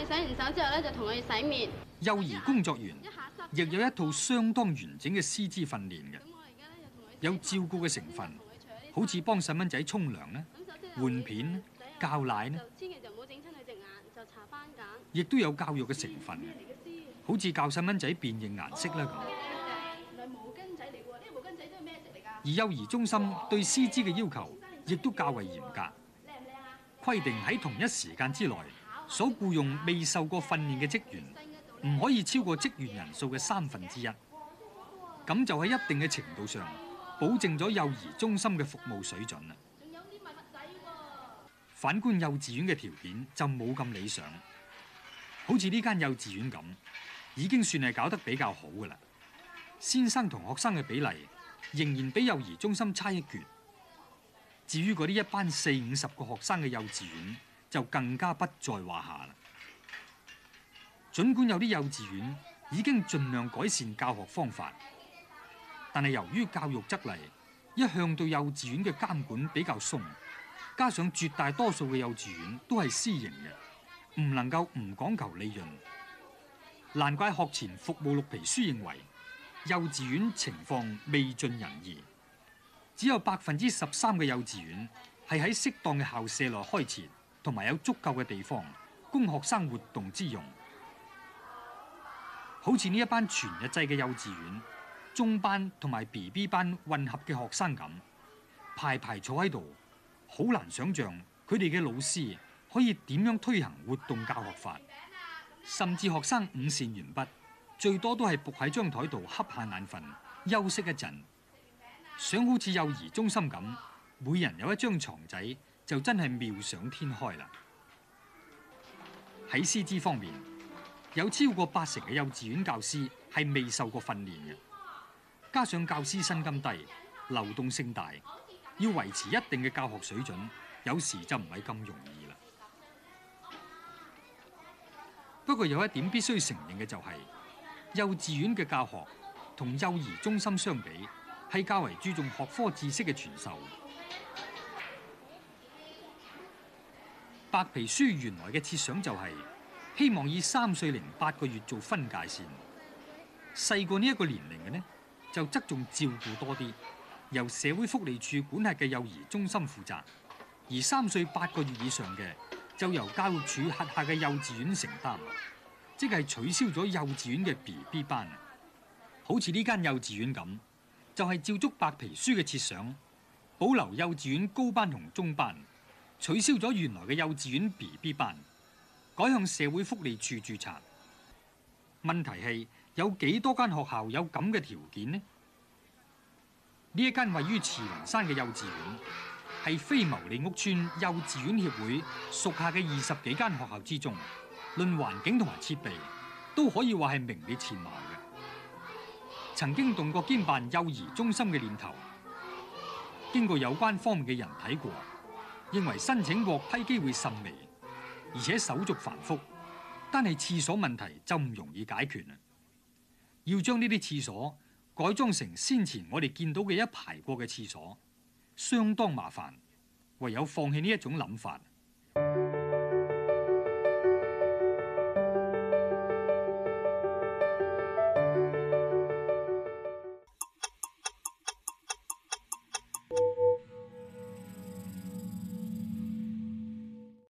哋洗完手之後咧，就同佢哋洗面。 幼兒工作員亦有一套相當完整嘅師資訓練嘅，有照顧嘅成分，好似幫細蚊仔沖涼啦、換片、教奶呢， 千祈就唔好整親佢隻眼，就搽番梘。 亦都有教育嘅成分，好似教細蚊仔辨認顏色啦咁。而幼兒中心對師資嘅要求亦都較為嚴格，規定喺同一時間之內所僱用未受過訓練嘅職員唔可以超過職員人數嘅1/3，咁就喺一定嘅程度上保證咗幼兒中心嘅服務水準啦。反觀幼稚園嘅條件就冇咁理想，好似呢間幼稚園咁，已經算係搞得比較好㗎啦。先生同學生嘅比例仍然比幼兒中心差一橛。至於嗰啲一班40-50個學生嘅幼稚園，就更加不在話下啦。儘管有啲幼稚園已經盡量改善教學方法，但係由於教育則例一向對幼稚園嘅監管比較鬆，加上絕大多數嘅幼稚園都係私營嘅，唔能夠唔講求利潤。難怪學前服務綠皮書認為幼稚園情況未盡人意，只有13%嘅幼稚園係喺適當嘅校舍內開設，同埋有足夠嘅地方供學生活動之用。好似呢一班全日制嘅幼稚園，中班同埋 BB 班混合嘅學生咁，排排坐喺度，好難想像佢哋嘅老師可以點樣推行活動教學法。甚至學生午膳完畢，最多都係伏喺張台度瞌下眼瞓，休息一陣。想好似幼兒中心咁，每人有一張床仔，就真係妙想天開啦。喺師資方面，有超過80%嘅幼稚園教師係未受過訓練嘅，加上教師薪金低、流動性大，要維持一定嘅教學水準，有時就唔係咁容易啦。不過有一點必須承認嘅就係，幼稚園嘅教學同幼兒中心相比，係較為注重學科知識嘅傳授。白皮書原來嘅設想就係希望以3歲8個月做分界線，細過呢一個年齡嘅呢，就側重照顧多啲，由社會福利署管轄嘅幼兒中心負責；而3歲8個月以上嘅，就由教育署轄下嘅幼稚園承擔，即係取消咗幼稚園嘅 BB 班。好似呢間幼稚園咁，就係照足白皮書嘅設想，保留幼稚園高班同中班，取消咗原來嘅幼稚園 BB 班，改向社會福利署註冊。問題係有幾多間學校有咁嘅條件呢？呢一間位於慈雲山嘅幼稚園，係非牟利屋邨幼稚園協會屬下嘅20幾間學校之中，論環境同埋設備，都可以話係名列前茅嘅。曾經動過兼辦幼兒中心嘅念頭，經過有關方面嘅人睇過，認為申請獲批機會甚微，而且手續繁複，單係廁所問題就唔容易解決啦。要將呢啲廁所改裝成先前我哋見到嘅一排過嘅廁所，相當麻煩，唯有放棄呢一種諗法。